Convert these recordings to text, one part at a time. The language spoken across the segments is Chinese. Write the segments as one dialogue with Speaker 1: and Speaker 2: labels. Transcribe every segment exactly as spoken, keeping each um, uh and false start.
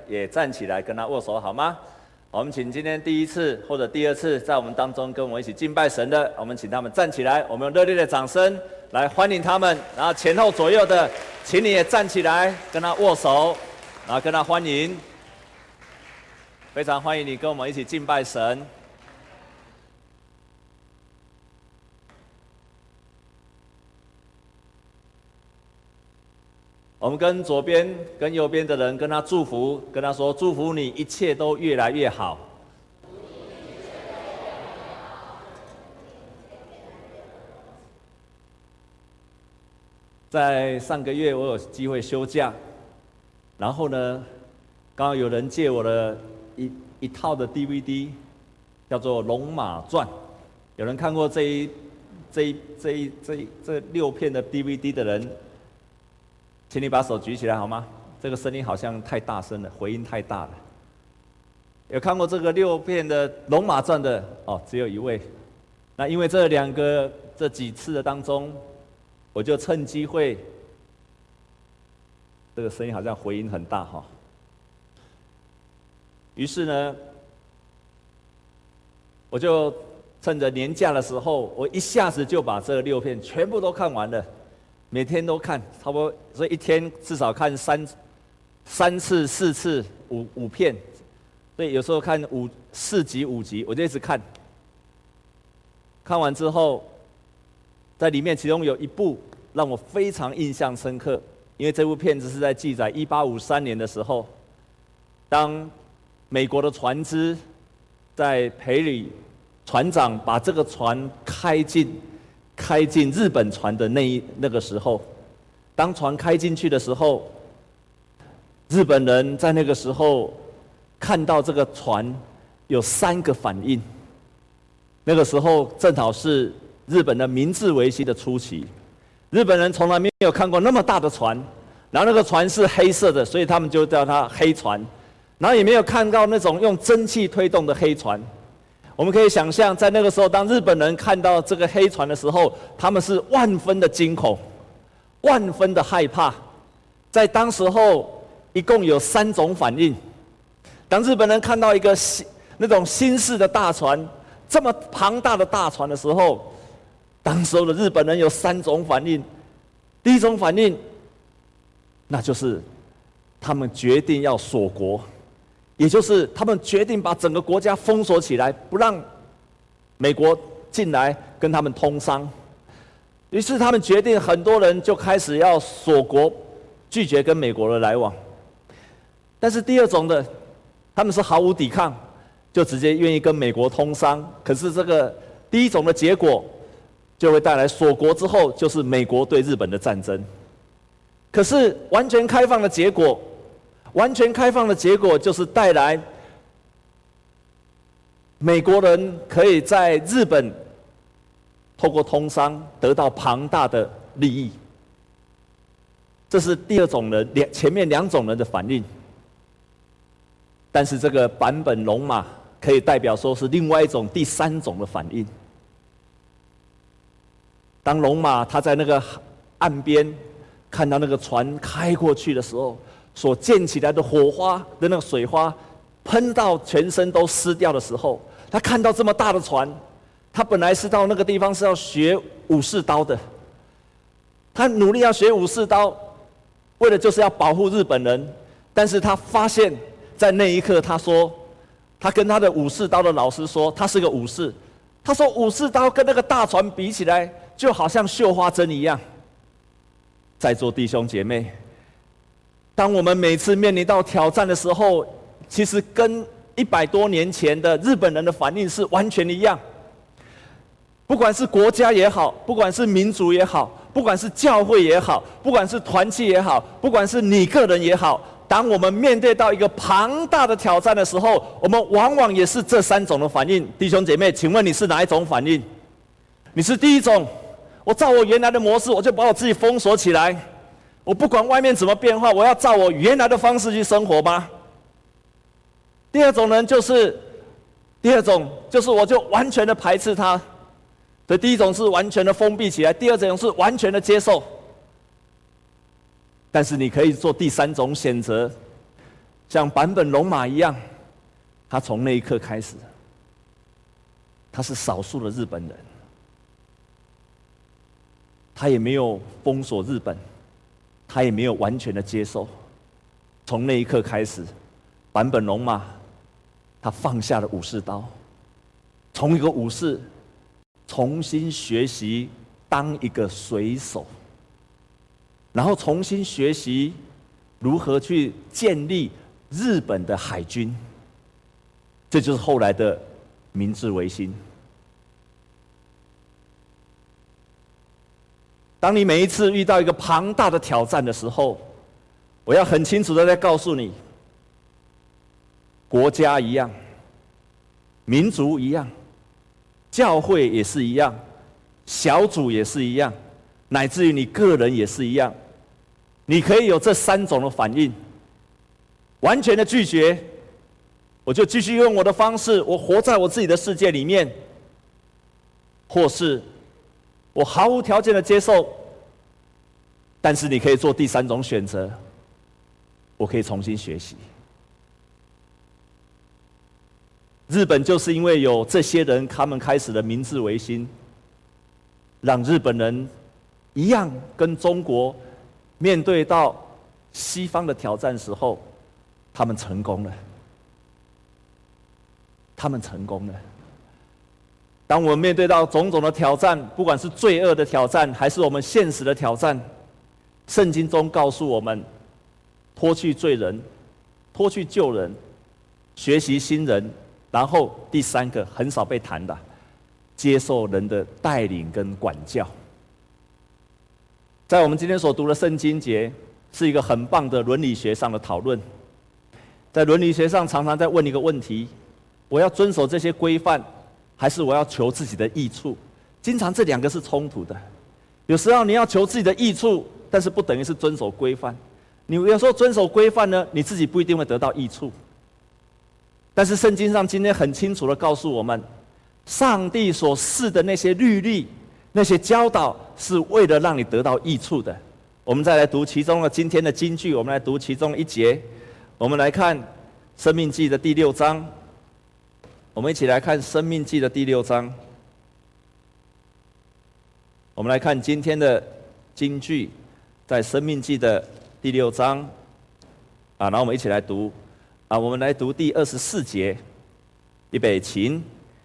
Speaker 1: 也站起来跟他握手好吗？我们请今天第一次或者第二次在我们当中跟我们一起敬拜神的，我们请他们站起来，我们用热烈的掌声来欢迎他们。然后前后左右的，请你也站起来跟他握手，然后跟他欢迎。非常欢迎你跟我们一起敬拜神。我们跟左边、跟右边的人跟他祝福，跟他说：祝福你一切都越来越好。在上个月，我有机会休假，然后呢，刚好有人借我的一一套的 D V D， 叫做《龙马传》。有人看过这一、这一、这一、这一、这六片的 D V D 的人？请你把手举起来好吗？这个声音好像太大声了，回音太大了。有看过这个六片的《龙马传》的哦，只有一位。那因为这两个这几次的当中，我就趁机会，这个声音好像回音很大哈。于是呢，我就趁着年假的时候，我一下子就把这六片全部都看完了。每天都看，差不多，所以一天至少看三三次、四次、五五片，所以有时候看五四集、五集，我就一直看。看完之后，在里面其中有一部让我非常印象深刻，因为这部片子是在记载一八五三年的时候，当美国的船只在培里，船长把这个船开进。开进日本船的那一那个时候，当船开进去的时候，日本人在那个时候看到这个船有三个反应。那个时候正好是日本的明治维新的初期，日本人从来没有看过那么大的船，然后那个船是黑色的，所以他们就叫它黑船，然后也没有看到那种用蒸汽推动的黑船。我们可以想象，在那个时候，当日本人看到这个黑船的时候，他们是万分的惊恐，万分的害怕。在当时候，一共有三种反应。当日本人看到一个新那种新式的大船，这么庞大的大船的时候，当时候的日本人有三种反应。第一种反应，那就是他们决定要锁国。也就是他们决定把整个国家封锁起来，不让美国进来跟他们通商。于是他们决定，很多人就开始要锁国，拒绝跟美国的来往。但是第二种的，他们是毫无抵抗，就直接愿意跟美国通商。可是这个第一种的结果，就会带来锁国之后就是美国对日本的战争。可是完全开放的结果。完全开放的结果就是带来美国人可以在日本透过通商得到庞大的利益。这是第二种人，前面两种人的反应。但是这个坂本龙马可以代表说是另外一种第三种的反应。当龙马他在那个岸边看到那个船开过去的时候，所溅起来的火花的那个水花喷到全身都湿掉的时候，他看到这么大的船，他本来是到那个地方是要学武士刀的，他努力要学武士刀，为了就是要保护日本人。但是他发现在那一刻，他说他跟他的武士刀的老师说，他是个武士，他说武士刀跟那个大船比起来就好像绣花针一样。在座弟兄姐妹，当我们每次面临到挑战的时候，其实跟一百多年前的日本人的反应是完全一样。不管是国家也好，不管是民族也好，不管是教会也好，不管是团契也好，不管是你个人也好，当我们面对到一个庞大的挑战的时候，我们往往也是这三种的反应。弟兄姐妹，请问你是哪一种反应？你是第一种，我照我原来的模式，我就把我自己封锁起来，我不管外面怎么变化，我要照我原来的方式去生活吗？第二种人就是，第二种就是我就完全的排斥它。所以第一种是完全的封闭起来，第二种是完全的接受。但是你可以做第三种选择， 像坂本龙马一样，他从那一刻开始，他是少数的日本人，他也没有封锁日本，他也没有完全的接受。从那一刻开始，坂本龙马他放下了武士刀，从一个武士重新学习当一个水手，然后重新学习如何去建立日本的海军，这就是后来的明治维新。当你每一次遇到一个庞大的挑战的时候，我要很清楚的在告诉你，国家一样，民族一样，教会也是一样，小组也是一样，乃至于你个人也是一样。你可以有这三种的反应：完全的拒绝，我就继续用我的方式，我活在我自己的世界里面；或是我毫无条件的接受。但是你可以做第三种选择，我可以重新学习。日本就是因为有这些人，他们开始了明治维新，让日本人一样跟中国面对到西方的挑战时候，他们成功了。他们成功了。当我们面对到种种的挑战，不管是罪恶的挑战，还是我们现实的挑战，圣经中告诉我们，脱去罪人，脱去旧人，学习新人，然后第三个很少被谈的，接受人的带领跟管教。在我们今天所读的圣经节，是一个很棒的伦理学上的讨论。在伦理学上，常常在问一个问题：我要遵守这些规范，还是我要求自己的益处？经常这两个是冲突的。有时候你要求自己的益处，但是不等于是遵守规范。你有时候遵守规范呢，你自己不一定会得到益处。但是圣经上今天很清楚的告诉我们，上帝所赐的那些律例、那些教导，是为了让你得到益处的。我们再来读其中的今天的金句，我们来读其中一节。我们来看《申命记》的第六章。我们一起来看《申命记》的第六章。我们来看今天的金句，在《申命记》的第六章啊，然后我们一起来读啊，我们来读第二十四节。预备起。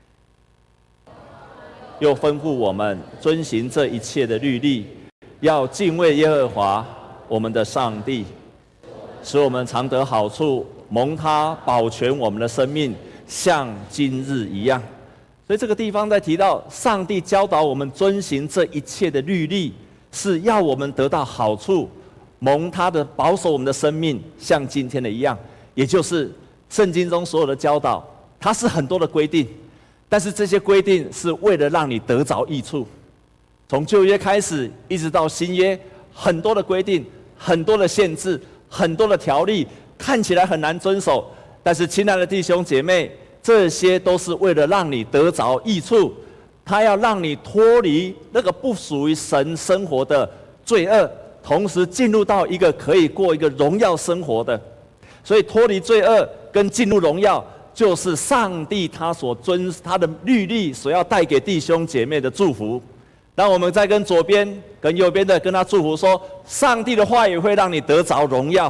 Speaker 1: 又吩咐我们遵行这一切的律例，要敬畏耶和华我们的上帝，使我们常得好处，蒙他保全我们的生命，像今日一样。所以这个地方在提到上帝教导我们遵行这一切的律例，是要我们得到好处，蒙他的保守我们的生命，像今天的一样。也就是圣经中所有的教导，它是很多的规定，但是这些规定是为了让你得着益处。从旧约开始一直到新约，很多的规定，很多的限制，很多的条例，看起来很难遵守，但是亲爱的弟兄姐妹，这些都是为了让你得着益处。他要让你脱离那个不属于神生活的罪恶，同时进入到一个可以过一个荣耀生活的。所以脱离罪恶跟进入荣耀，就是上帝他所遵他的律例所要带给弟兄姐妹的祝福。让我们再跟左边跟右边的跟他祝福说，上帝的话语会让你得着荣耀。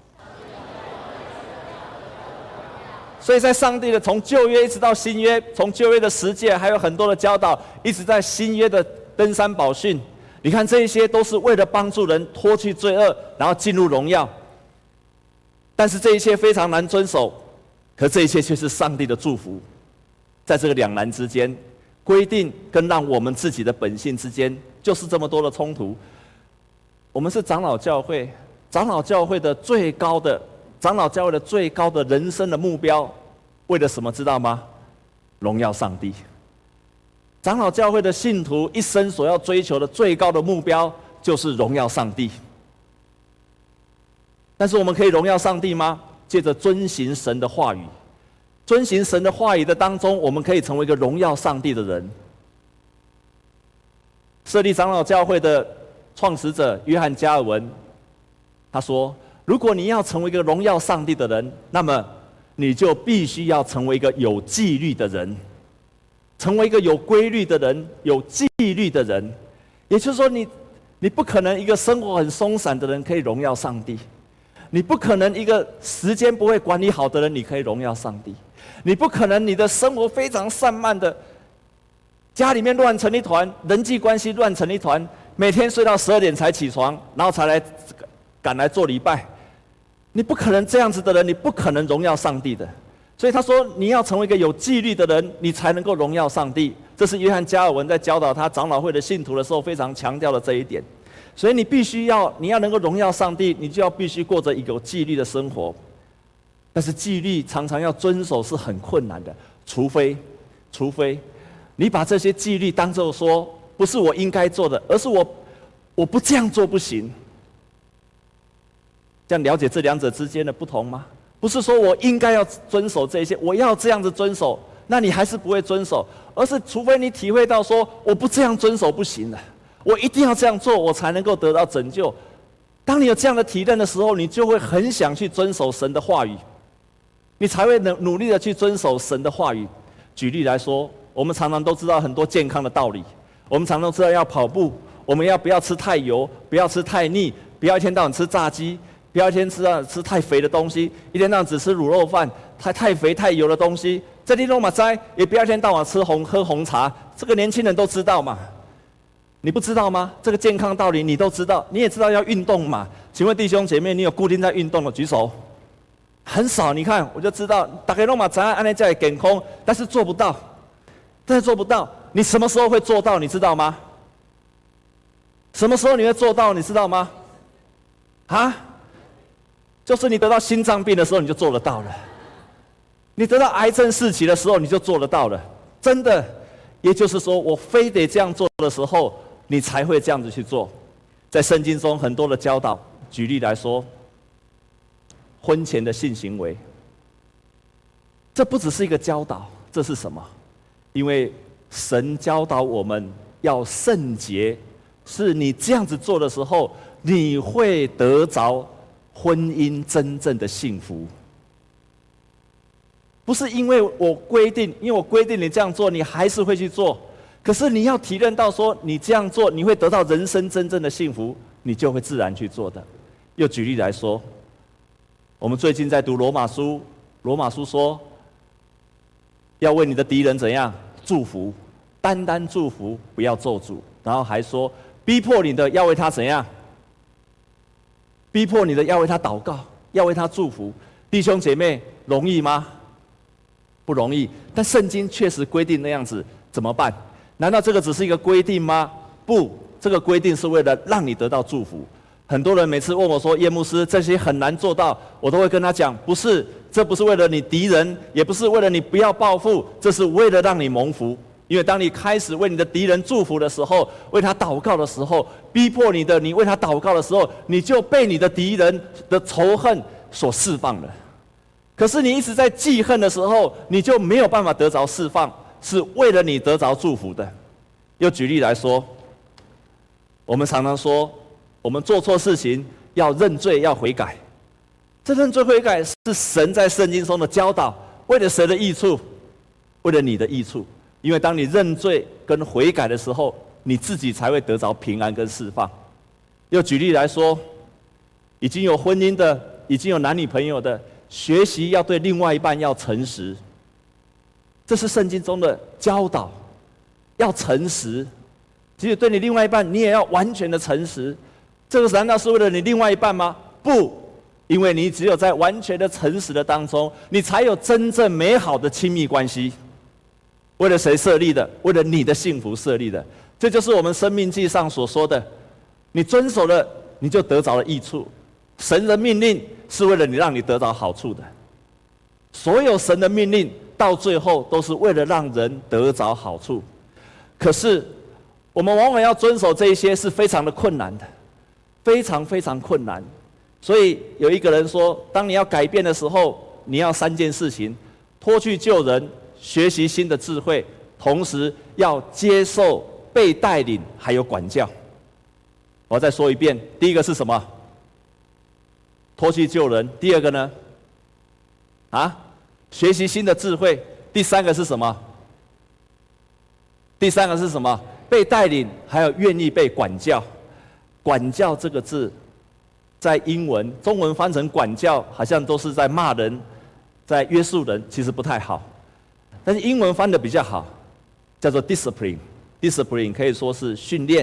Speaker 1: 所以在上帝的从旧约一直到新约，从旧约的十诫还有很多的教导，一直在新约的登山宝训，你看这一些都是为了帮助人脱去罪恶，然后进入荣耀。但是这一切非常难遵守，可这一切却是上帝的祝福。在这个两难之间，规定跟让我们自己的本性之间，就是这么多的冲突。我们是长老教会，长老教会的最高的长老教会的最高的人生的目标，为了什么知道吗？荣耀上帝。长老教会的信徒一生所要追求的最高的目标，就是荣耀上帝。但是我们可以荣耀上帝吗？借着遵行神的话语，遵行神的话语的当中，我们可以成为一个荣耀上帝的人。设立长老教会的创始者约翰加尔文，他说： 如果你要成为一个荣耀上帝的人，那么你就必须要成为一个有纪律的人，成为一个有规律的人，有纪律的人。也就是说你，你不可能一个生活很松散的人可以荣耀上帝，你不可能一个时间不会管理好的人你可以荣耀上帝，你不可能你的生活非常散漫的，家里面乱成一团，人际关系乱成一团，每天睡到十二点才起床，然后才来赶来做礼拜。你不可能这样子的人，你不可能荣耀上帝的。所以他说，你要成为一个有纪律的人，你才能够荣耀上帝。这是约翰加尔文在教导他长老会的信徒的时候非常强调的这一点。所以你必须要，你要能够荣耀上帝，你就要必须过着一个有纪律的生活。但是纪律常常要遵守是很困难的，除非，除非你把这些纪律当作说不是我应该做的，而是我我不这样做不行。这样了解这两者之间的不同吗？不是说我应该要遵守这些，我要这样子遵守，那你还是不会遵守，而是除非你体会到说我不这样遵守不行了，我一定要这样做，我才能够得到拯救。当你有这样的体认的时候，你就会很想去遵守神的话语，你才会能努力的去遵守神的话语。举例来说，我们常常都知道很多健康的道理，我们常常知道要跑步，我们要不要吃太油，不要吃太腻，不要一天到晚吃炸鸡，不要一天吃啊吃太肥的东西，一天到晚只吃卤肉饭，太太肥太油的东西。在地罗马斋也不要一天到晚吃红喝红茶，这个年轻人都知道嘛。你不知道吗？这个健康道理你都知道，你也知道要运动嘛。请问弟兄姐妹，你有固定在运动的举手？很少。你看我就知道，大家罗马斋按那叫健康，但是做不到，但是做不到。你什么时候会做到？你知道吗？什么时候你会做到？你知道吗？啊？就是你得到心脏病的时候，你就做得到了；你得到癌症四期的时候，你就做得到了。真的，也就是说，我非得这样做的时候，你才会这样子去做。在圣经中很多的教导，举例来说，婚前的性行为，这不只是一个教导，这是什么？因为神教导我们要圣洁，是你这样子做的时候，你会得着婚姻真正的幸福。不是因为我规定，因为我规定你这样做，你还是会去做。可是你要体认到说，你这样做，你会得到人生真正的幸福，你就会自然去做的。又举例来说，我们最近在读罗马书，罗马书说，要为你的敌人怎样祝福，单单祝福，不要咒诅。然后还说，逼迫你的要为他怎样？逼迫你的要为他祷告，要为他祝福。弟兄姐妹，容易吗？不容易。但圣经确实规定那样子，怎么办？难道这个只是一个规定吗？不，这个规定是为了让你得到祝福。很多人每次问我说，叶牧师，这些很难做到，我都会跟他讲，不是，这不是为了你敌人，也不是为了你不要报复，这是为了让你蒙福。因为当你开始为你的敌人祝福的时候，为他祷告的时候，逼迫你的，你为他祷告的时候，你就被你的敌人的仇恨所释放了。可是你一直在记恨的时候，你就没有办法得着释放，是为了你得着祝福的。又举例来说，我们常常说，我们做错事情要认罪，要悔改。这认罪悔改是神在圣经中的教导，为了谁的益处？为了你的益处。因为当你认罪跟悔改的时候，你自己才会得着平安跟释放。又举例来说，已经有婚姻的，已经有男女朋友的，学习要对另外一半要诚实，这是圣经中的教导，要诚实。即使对你另外一半，你也要完全的诚实。这个难道是为了你另外一半吗？不，因为你只有在完全的诚实的当中，你才有真正美好的亲密关系。为了谁设立的？为了你的幸福设立的。这就是我们生命记上所说的，你遵守了，你就得着了益处。神的命令是为了你，让你得着好处的。所有神的命令到最后都是为了让人得着好处。可是我们往往要遵守这一些是非常的困难的，非常非常困难。所以有一个人说，当你要改变的时候，你要三件事情：脱去旧人，学习新的智慧，同时要接受被带领，还有管教。我要再说一遍，第一个是什么？ 脱去旧人。第二个呢？啊，学习新的智慧。第三个是什么？第三个是什么？被带领，还有愿意被管教。管教这个字，在英文、中文翻成管教，好像都是在骂人，在约束人，其实不太好。但是英文翻的比较好，叫做 discipline。discipline 可以说是训练，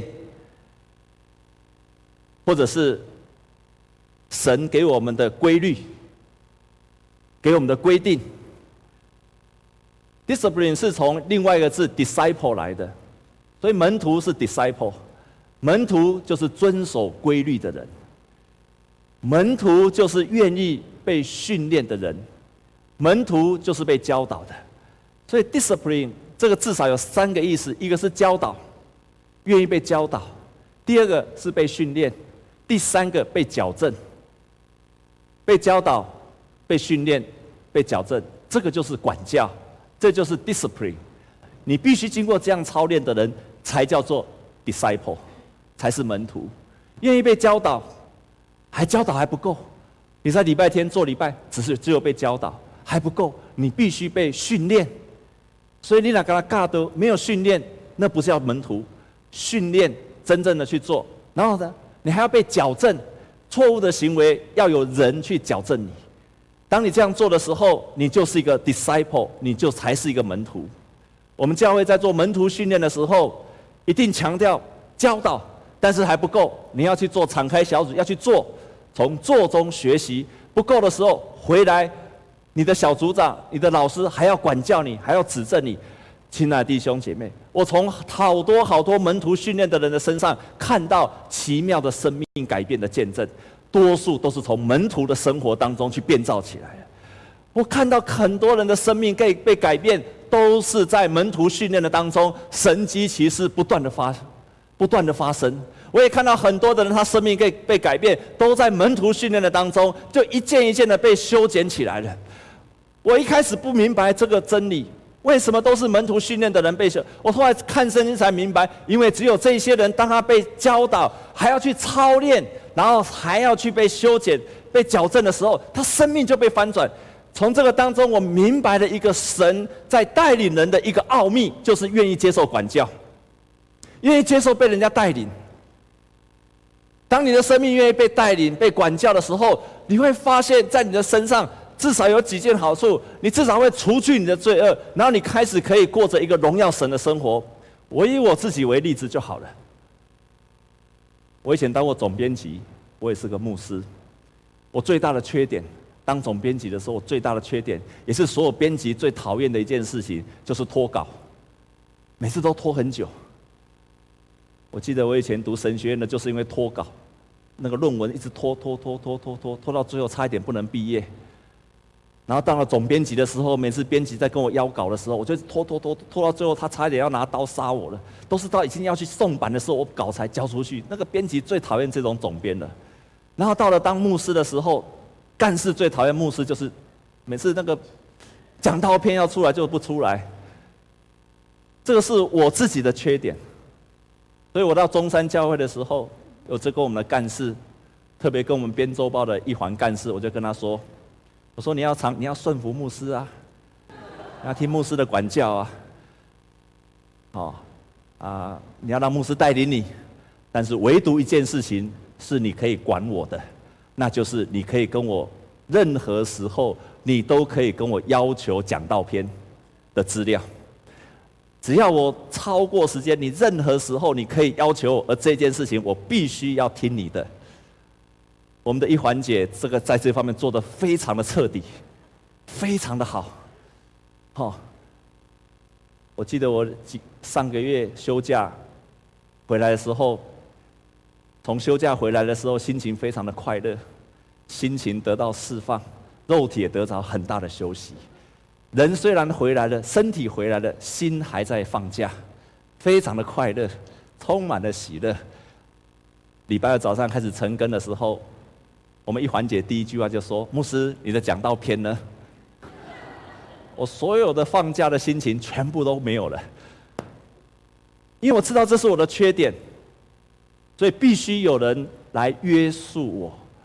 Speaker 1: 或者是神给我们的规律，给我们的规定。discipline 是从另外一个字 disciple 来的，所以门徒是 disciple， 门徒就是遵守规律的人，门徒就是愿意被训练的人，门徒就是被教导的。所以 discipline 这个至少有三个意思：一个是教导，愿意被教导；第二个是被训练；第三个被矫正。被教导、被训练、被矫正，这个就是管教，这就是 discipline。你必须经过这样操练的人，才叫做 disciple， 才是门徒。愿意被教导，还教导还不够。你在礼拜天做礼拜，只是只有被教导还不够，你必须被训练。所以你哪跟他尬都没有训练，那不是叫门徒。训练真正的去做，然后呢，你还要被矫正，错误的行为要有人去矫正你。当你这样做的时候，你就是一个 disciple， 你就才是一个门徒。我们教会在做门徒训练的时候，一定强调教导，但是还不够，你要去做敞开小组，要去做，从做中学习。不够的时候回来，你的小组长、你的老师还要管教你，还要指正你。亲爱的弟兄姐妹，我从好多好多门徒训练的人的身上看到奇妙的生命改变的见证，多数都是从门徒的生活当中去变造起来的。我看到很多人的生命被被改变，都是在门徒训练的当中，神迹奇事不断的发，不断的发生。我也看到很多的人，他生命被被改变，都在门徒训练的当中，就一件一件的被修剪起来了。我一开始不明白这个真理，为什么都是门徒训练的人被修？我后来看圣经才明白，因为只有这些人，当他被教导，还要去操练，然后还要去被修剪、被矫正的时候，他生命就被翻转。从这个当中，我明白了一个神在带领人的一个奥秘，就是愿意接受管教，愿意接受被人家带领。当你的生命愿意被带领、被管教的时候，你会发现在你的身上至少有几件好处，你至少会除去你的罪恶，然后你开始可以过着一个荣耀神的生活。我以我自己为例子就好了。我以前当过总编辑，我也是个牧师。我最大的缺点，当总编辑的时候，我最大的缺点，也是所有编辑最讨厌的一件事情，就是拖稿，每次都拖很久。我记得我以前读神学院的，就是因为拖稿，那个论文一直拖拖拖拖拖拖拖到最后差一点不能毕业。然后到了总编辑的时候，每次编辑在跟我邀稿的时候，我就拖拖拖拖到最后，他差一点要拿刀杀我了。都是到已经要去送版的时候，我稿才交出去。那个编辑最讨厌这种总编了。然后到了当牧师的时候，干事最讨厌牧师，就是每次那个讲道片要出来就不出来。这个是我自己的缺点。所以我到中山教会的时候，有这跟我们的干事，特别跟我们编周报的一环干事，我就跟他说。我说你要常你要顺服牧师啊，你要听牧师的管教啊，哦啊，你要让牧师带领你，但是唯独一件事情是你可以管我的，那就是你可以跟我任何时候你都可以跟我要求讲道篇的资料，只要我超过时间，你任何时候你可以要求我，而这件事情我必须要听你的。我们的一环姐，这个在这方面做得非常的彻底，非常的好。哦，我记得我上个月休假回来的时候，从休假回来的时候，心情非常的快乐，心情得到释放，肉体也得到很大的休息。人虽然回来了，身体回来了，心还在放假，非常的快乐，充满了喜乐。礼拜二早上开始晨更的时候，我们一环姐第一句话就说：“牧师，你的讲道篇呢？”我所有的放假的心情全部都没有了，因为我知道这是我的缺点，所以必须有人来约束我。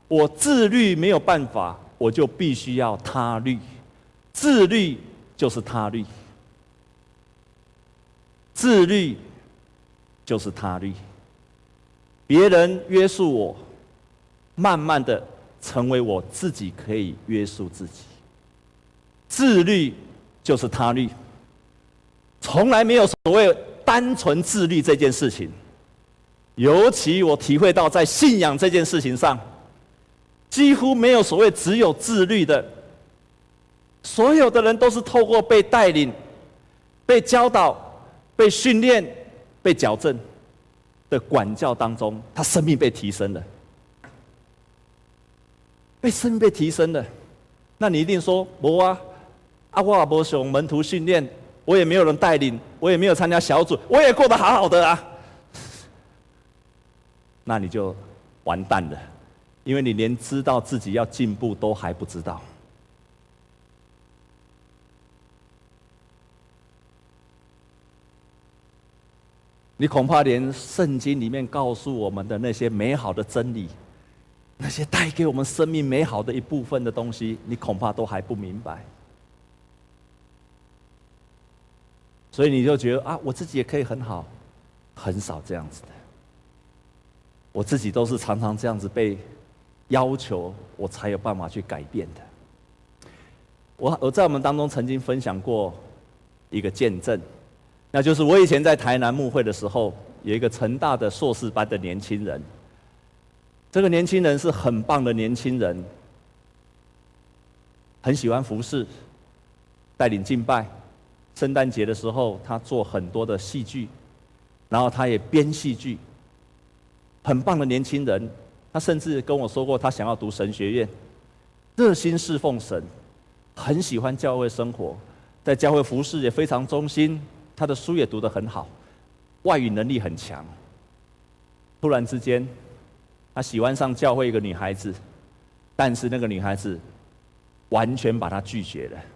Speaker 1: 我自律没有办法，我就必须要他律。自律就是他律，自律就是他律。别人约束我，慢慢的成为我自己可以约束自己。自律就是他律，从来没有所谓单纯自律这件事情。尤其我体会到，在信仰这件事情上，几乎没有所谓只有自律的。所有的人都是透过被带领、被教导、被训练、被矫正的管教当中，他生命被提升了，被生命被提升了。那你一定说：“没啊，啊我也没上门徒训练，我也没有人带领，我也没有参加小组，我也过得好好的啊。”那你就完蛋了，因为你连知道自己要进步都还不知道。你恐怕连圣经里面告诉我们的那些美好的真理，那些带给我们生命美好的一部分的东西，你恐怕都还不明白。所以你就觉得啊，我自己也可以很好，很少这样子的。我自己都是常常这样子被要求，我才有办法去改变的。我我在我们当中曾经分享过一个见证。那就是我以前在台南牧会的时候，有一个成大的硕士班的年轻人。这个年轻人是很棒的年轻人，很喜欢服侍，带领敬拜。圣诞节的时候，他做很多的戏剧，然后他也编戏剧。很棒的年轻人，他甚至跟我说过，他想要读神学院，热心侍奉神，很喜欢教会生活，在教会服侍也非常忠心。他的书也读得很好，外语能力很强。突然之间，他喜欢上教会一个女孩子，但是那个女孩子完全把他拒绝了。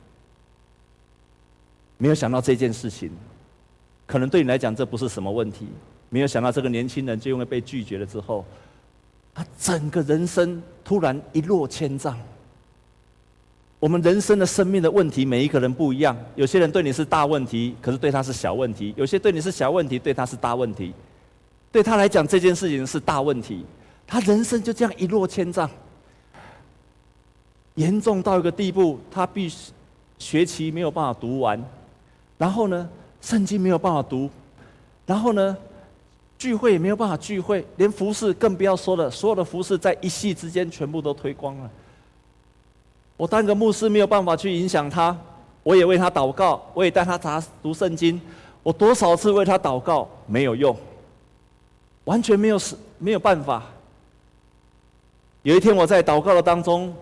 Speaker 1: 没有想到这件事情，可能对你来讲这不是什么问题。没有想到这个年轻人就因为被拒绝了之后，他整个人生突然一落千丈。我们人生的生命的问题，每一个人不一样。有些人对你是大问题，可是对他是小问题；有些对你是小问题，对他是大问题。对他来讲，这件事情是大问题，他人生就这样一落千丈，严重到一个地步，他必须学期没有办法读完，然后呢，圣经没有办法读，然后呢，聚会也没有办法聚会，连服事更不要说了，所有的服事在一夕之间全部都推光了。我当个牧师没有办法去影响他，我也为他祷告，我也带他查读圣经。我多少次为他祷告，没有用，完全没有没有办法。有一天我在祷告的当中，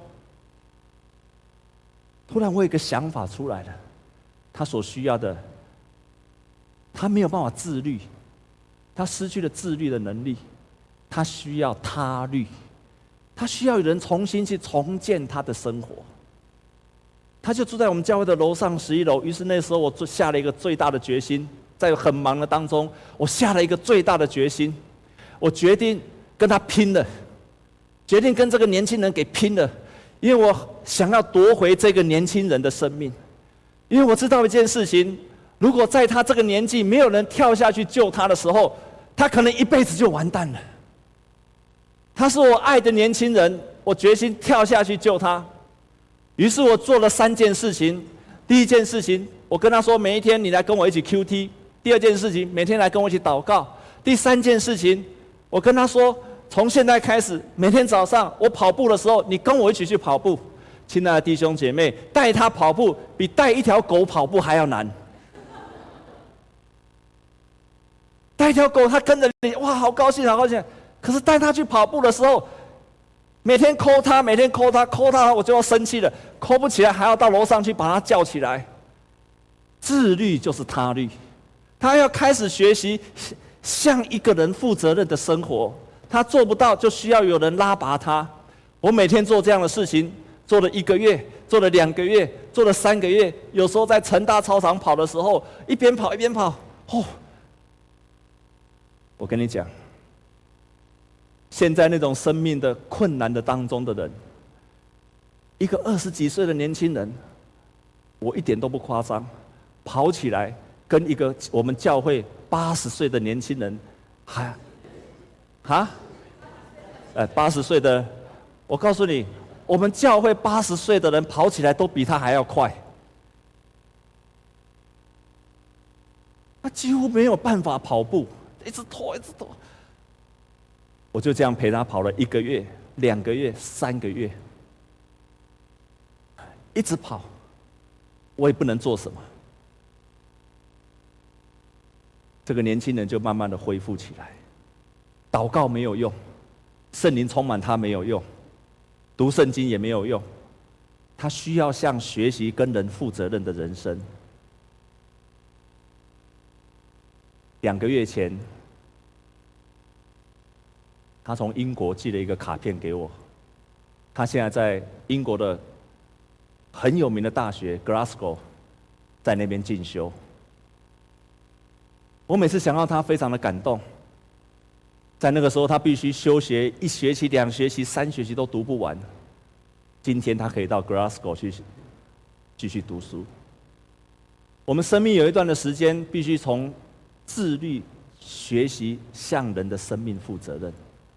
Speaker 1: 突然我有一个想法出来了，他所需要的，他没有办法自律，他失去了自律的能力，他需要他律。他需要有人重新去重建他的生活。他就住在我们教会的楼上十一楼。于是那时候我就下了一个最大的决心，在很忙的当中，我下了一个最大的决心，我决定跟他拼了，决定跟这个年轻人给拼了，因为我想要夺回这个年轻人的生命。因为我知道一件事情，如果在他这个年纪没有人跳下去救他的时候，他可能一辈子就完蛋了。他是我爱的年轻人，我决心跳下去救他。于是我做了三件事情。第一件事情，我跟他说，每一天你来跟我一起 Q T。第二件事情，每天来跟我一起祷告。第三件事情，我跟他说，从现在开始，每天早上我跑步的时候，你跟我一起去跑步。亲爱的弟兄姐妹，带他跑步比带一条狗跑步还要难。带一条狗，他跟着你，哇，好高兴，好高兴。可是带他去跑步的时候，每天call他，每天call他，call他，我就要生气了。call不起来，还要到楼上去把他叫起来。自律就是他律，他要开始学习像一个人负责任的生活。他做不到，就需要有人拉拔他。我每天做这样的事情，做了一个月，做了两个月，做了三个月。有时候在成大操场跑的时候，一边跑一边跑，哦，我跟你讲。 现在那种生命的困难的当中的人，一个二十几岁的年轻人，我一点都不夸张，跑起来跟一个我们教会八十岁的年轻人，还，啊，呃，八十岁的，我告诉你，我们教会八十岁的人跑起来都比他还要快，他几乎没有办法跑步，一直拖，一直拖。我就这样陪他跑了一个月、两个月、三个月，一直跑，我也不能做什么。这个年轻人就慢慢的恢复起来。祷告没有用，圣灵充满他没有用，读圣经也没有用，他需要像学习跟人负责任的人生。两个月前，他从英国寄了一个卡片给我，他现在在英国的很有名的大学 Glasgow， 在那边进修。我每次想到他，非常的感动。在那个时候，他必须休学一学期、两学期、三学期都读不完。今天他可以到 Glasgow 去继续读书。我们生命有一段的时间，必须从自律学习向人的生命负责任，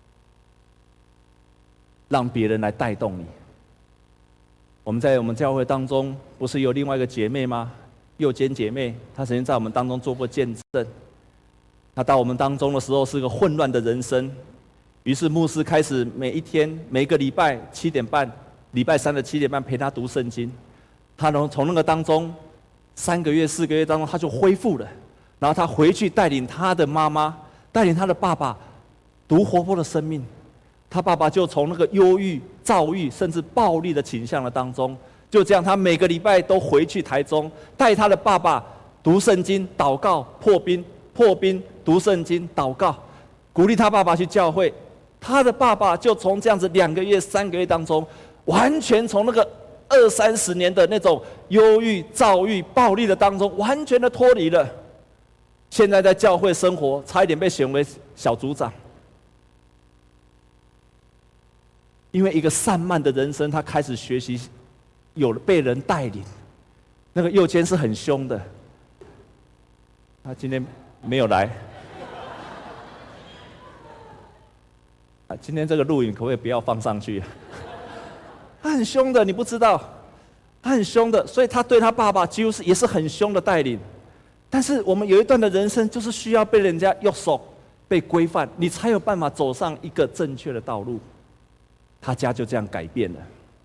Speaker 1: 让别人来带动你。我们在我们教会当中，不是有另外一个姐妹吗？右肩姐妹，她曾经在我们当中做过见证。她到我们当中的时候是个混乱的人生，于是牧师开始每一天、每个礼拜七点半，礼拜三的七点半陪她读圣经。她从从那个当中三个月、四个月当中，她就恢复了。然后她回去带领她的妈妈，带领她的爸爸读活泼的生命。她爸爸就从那个忧郁、躁郁甚至暴力的倾向的当中，就这样，他每个礼拜都回去台中，带他的爸爸读圣经、祷告、破冰、破冰、读圣经、祷告，鼓励他爸爸去教会。他的爸爸就从这样子两个月、三个月当中，完全从那个二三十年的那种忧郁、躁郁、暴力的当中，完全的脱离了。现在在教会生活，差一点被选为小组长。因为一个散漫的人生，他开始学习有了被人带领。那个右肩是很凶的，他今天没有来。啊，今天这个录影可不可以不要放上去？他很凶的，你不知道，他很凶的，所以他对他爸爸几乎是也是很凶的带领。但是我们有一段的人生，就是需要被人家用手被规范，你才有办法走上一个正确的道路。他家就这样改变了。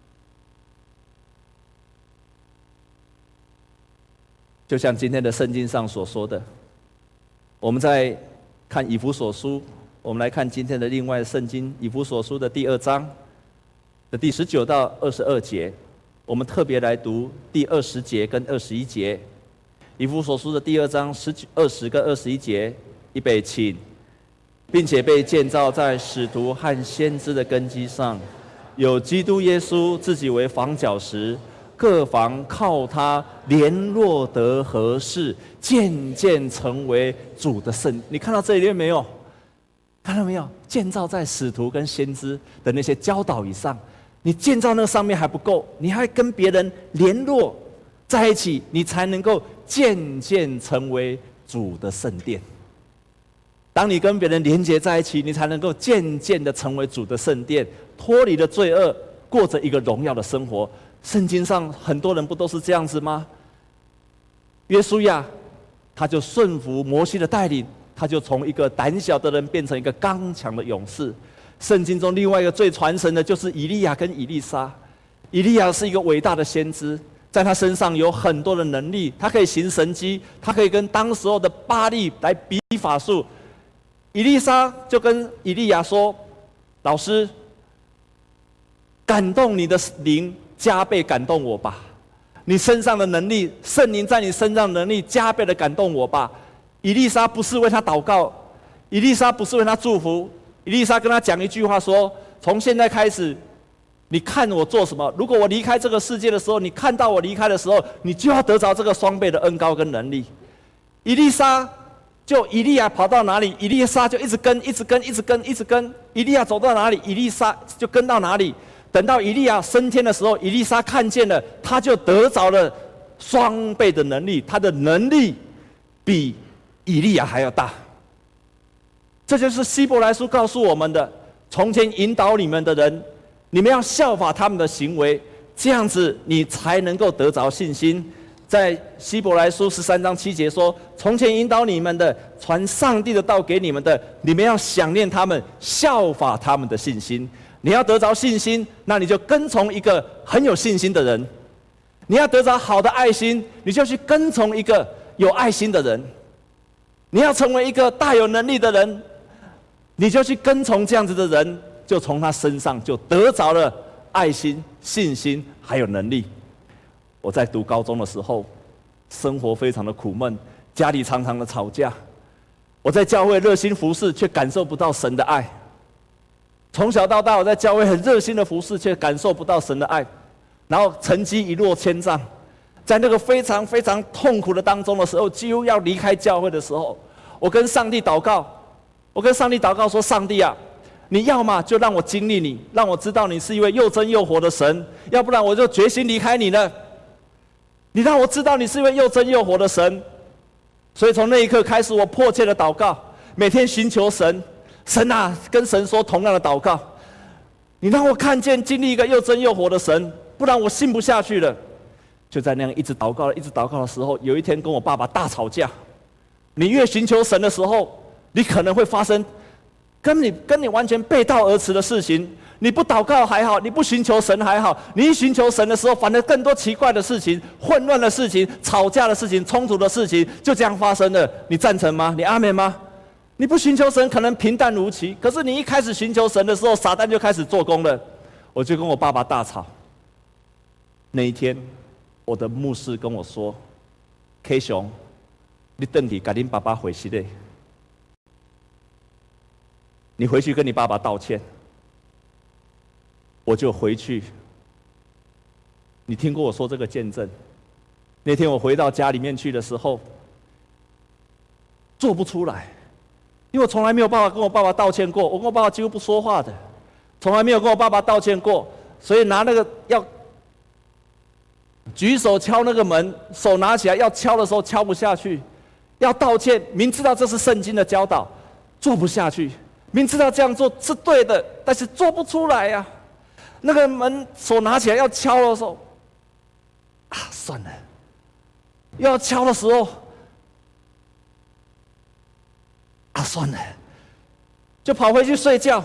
Speaker 1: 就像今天的圣经上所说的，我们在看以弗所书，我们来看今天的另外圣经以弗所书的第二章的第十九到二十二节，我们特别来读第二十节跟二十一节。以弗所书的第二章十九、二十跟二十一节，预备起。并且被建造在使徒和先知的根基上，有基督耶稣自己为房角石，各房靠他联络得合适，渐渐成为主的圣。你看到这里面没有？看到没有？建造在使徒跟先知的那些教导以上，你建造那个上面还不够，你还跟别人联络在一起，你才能够渐渐成为主的圣殿。当你跟别人连结在一起，你才能够渐渐的成为主的圣殿，脱离了罪恶，过着一个荣耀的生活。圣经上很多人不都是这样子吗？约书亚，他就顺服摩西的带领，他就从一个胆小的人变成一个刚强的勇士。圣经中另外一个最传神的就是以利亚跟以利沙。以利亚是一个伟大的先知，在他身上有很多的能力，他可以行神迹，他可以跟当时候的巴力来比法术。以利沙就跟以利亚说：“老师，感动你的灵加倍感动我吧，你身上的能力，圣灵在你身上的能力加倍的感动我吧。”以利沙不是为他祷告，以利沙不是为他祝福，以利沙跟他讲一句话说：“从现在开始，你看我做什么？如果我离开这个世界的时候，你看到我离开的时候，你就要得着这个双倍的恩膏跟能力。”以利沙就以利亚跑到哪里，以利沙就一直跟，一直跟，一直跟，一直跟， 以利亚走到哪里，以利沙就跟到哪里。等到以利亚升天的时候，以利沙看见了，他就得着了双倍的能力，他的能力比以利亚还要大。这就是希伯来书告诉我们的：从前引导你们的人，你们要效法他们的行为，这样子你才能够得着信心。在希伯来书十三章七节说：从前引导你们的，传上帝的道给你们的，你们要想念他们，效法他们的信心。你要得着信心，那你就跟从一个很有信心的人；你要得着好的爱心，你就去跟从一个有爱心的人；你要成为一个大有能力的人，你就去跟从这样子的人，就从他身上就得着了爱心、信心还有能力。我在读高中的时候，生活非常的苦闷，家里常常的吵架。我在教会热心服侍，却感受不到神的爱。从小到大，我在教会很热心的服侍，却感受不到神的爱，然后成绩一落千丈。在那个非常非常痛苦的当中的时候，几乎要离开教会的时候，我跟上帝祷告，我跟上帝祷告说：上帝啊，你要嘛就让我经历你，让我知道你是一位又真又活的神，要不然我就决心离开你了。你让我知道你是一位又真又活的神。所以从那一刻开始，我迫切的祷告，每天寻求神。神啊，跟神说同样的祷告，你让我看见经历一个又真又活的神，不然我信不下去了。就在那样一直祷告一直祷告的时候，有一天跟我爸爸大吵架。你越寻求神的时候，你可能会发生跟你跟你完全背道而驰的事情。你不祷告还好，你不寻求神还好，你一寻求神的时候，反而更多奇怪的事情、混乱的事情、吵架的事情、冲突的事情就这样发生了。你赞成吗？你阿们吗？你不寻求神，可能平淡无奇；可是你一开始寻求神的时候，撒旦就开始做工了。我就跟我爸爸大吵。那一天，我的牧师跟我说 ：“K 兄，你等你跟你爸爸回去嘞，你回去跟你爸爸道歉。”我就回去。你听过我说这个见证？那天我回到家里面去的时候，做不出来。因为我从来没有办法跟我爸爸道歉过，我跟我爸爸几乎不说话的，从来没有跟我爸爸道歉过，所以拿那个要举手敲那个门，手拿起来要敲的时候敲不下去，要道歉，明知道这是圣经的教导，做不下去，明知道这样做是对的，但是做不出来呀、啊。那个门手拿起来要敲的时候，啊，算了，又要敲的时候。啊，算了，就跑回去睡觉。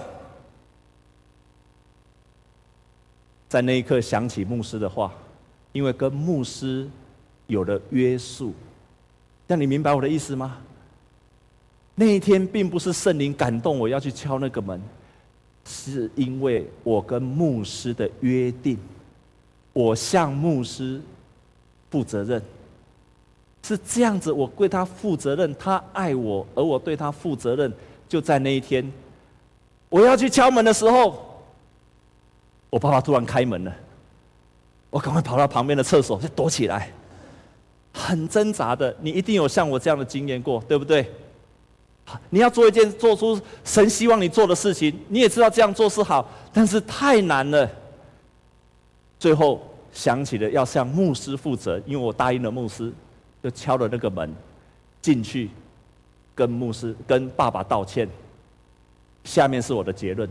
Speaker 1: 在那一刻想起牧师的话，因为跟牧师有了约束，让你明白我的意思吗？那一天并不是圣灵感动我要去敲那个门，是因为我跟牧师的约定，我向牧师负责任。是这样子，我对他负责任，他爱我，而我对他负责任。就在那一天，我要去敲门的时候，我爸爸突然开门了，我赶快跑到旁边的厕所就躲起来，很挣扎的。你一定有像我这样的经验过，对不对？你要做一件做出神希望你做的事情，你也知道这样做是好，但是太难了。最后想起了要向牧师负责，因为我答应了牧师。就敲了那个门，进去跟牧师、跟爸爸道歉。下面是我的结论：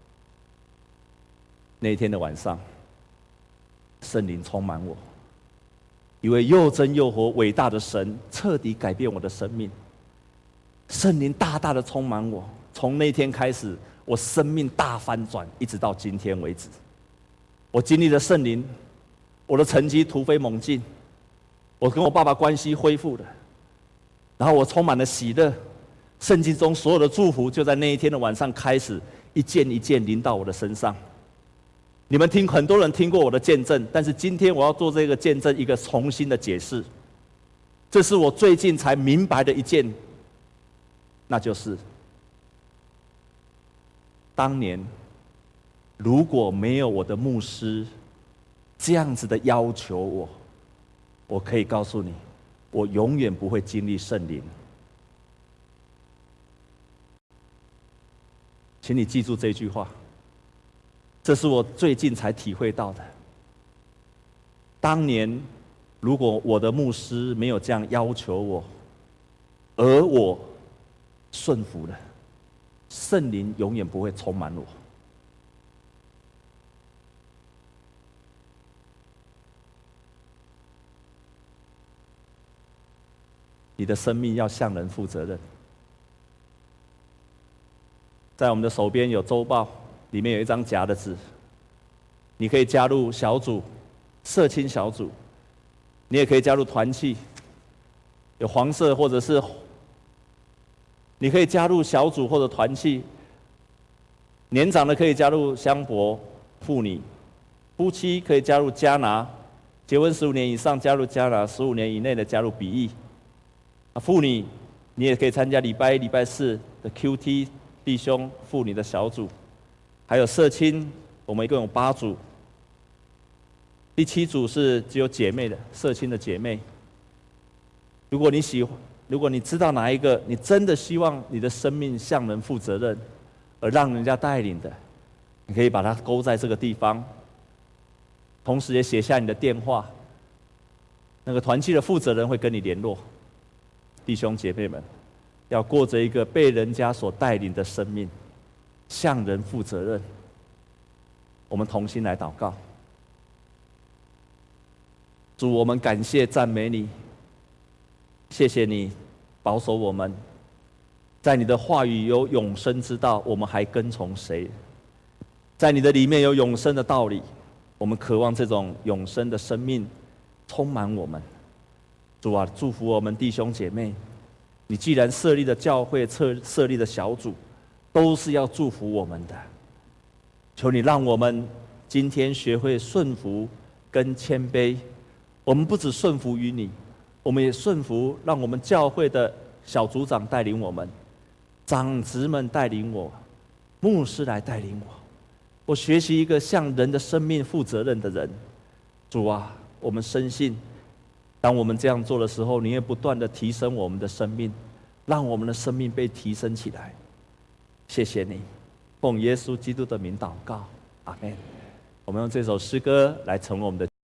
Speaker 1: 那一天的晚上，圣灵充满我，一位又真又活、伟大的神彻底改变我的生命。圣灵大大的充满我，从那天开始，我生命大翻转，一直到今天为止。我经历了圣灵，我的成绩突飞猛进。我跟我爸爸关系恢复了，然后我充满了喜乐，圣经中所有的祝福就在那一天的晚上开始一件一件临到我的身上。你们听，很多人听过我的见证，但是今天我要做这个见证一个重新的解释，这是我最近才明白的一件，那就是当年如果没有我的牧师这样子的要求我，我可以告诉你，我永远不会经历圣灵。 请你记住这句话，这是我最近才体会到的。当年如果我的牧师没有这样要求我，而我顺服了，圣灵永远不会充满我。你的生命要向人负责任。在我们的手边有周报，里面有一张夹的纸，你可以加入小组、社青小组，你也可以加入团契，有黄色或者是，你可以加入小组或者团契。年长的可以加入香伯、妇女，夫妻可以加入迦拿，结婚十五年以上加入迦拿，十五年以内的加入比翼。啊，妇女，你也可以参加礼拜一、礼拜四的 Q T 弟兄妇女的小组，还有社青，我们一共有八组。第七组是只有姐妹的社青的姐妹。如果你喜欢，如果你知道哪一个，你真的希望你的生命向人负责任，而让人家带领的，你可以把它勾在这个地方，同时也写下你的电话。那个团契的负责人会跟你联络。弟兄姐妹们，要过着一个被人家所带领的生命，向人负责任。我们同心来祷告。主，我们感谢赞美你，谢谢你保守我们，在你的话语有永生之道，我们还跟从谁？在你的里面有永生的道理，我们渴望这种永生的生命充满我们。主啊，祝福我们弟兄姐妹，你既然设立的教会、设设立的小组，都是要祝福我们的。求你让我们今天学会顺服跟谦卑。我们不只顺服于你，我们也顺服，让我们教会的小组长带领我们，长子们带领我，牧师来带领我。我学习一个向人的生命负责任的人。主啊，我们深信，当我们这样做的时候，你也不断的提升我们的生命，让我们的生命被提升起来。谢谢你，奉耶稣基督的名祷告，阿们。我们用这首诗歌来成为我们的